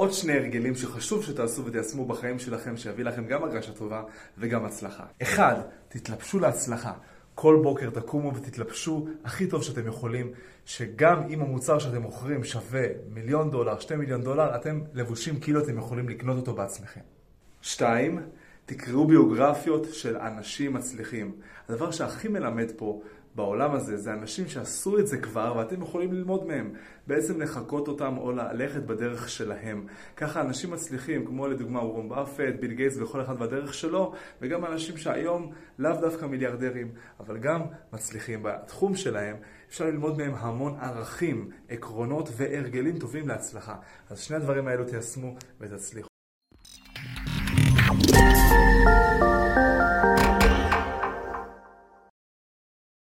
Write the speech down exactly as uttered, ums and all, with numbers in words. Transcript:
עוד שני הרגלים שחשוב שתעשו ותיישמו בחיים שלכם, שיביא לכם גם הרגשה טובה וגם הצלחה. אחד, תתלבשו להצלחה. כל בוקר תקומו ותתלבשו הכי טוב שאתם יכולים, שגם אם המוצר שאתם מוכרים שווה מיליון דולר, שתי מיליון דולר, אתם לבושים כאילו אתם יכולים לקנות אותו בעצמכם. שתיים, תקראו ביוגרפיות של אנשים מצליחים. הדבר שהכי מלמד פה בעולם הזה זה אנשים שעשו את זה כבר ואתם יכולים ללמוד מהם. בעצם לחכות אותם או ללכת בדרך שלהם. ככה אנשים מצליחים, כמו לדוגמה וורן באפט, ביל גייטס וכל אחד בדרך שלו, וגם אנשים שהיום לאו דווקא מיליארדרים, אבל גם מצליחים בתחום שלהם. אפשר ללמוד מהם המון ערכים, עקרונות והרגלים טובים להצלחה. אז שני הדברים האלו תיישמו ותצליחו.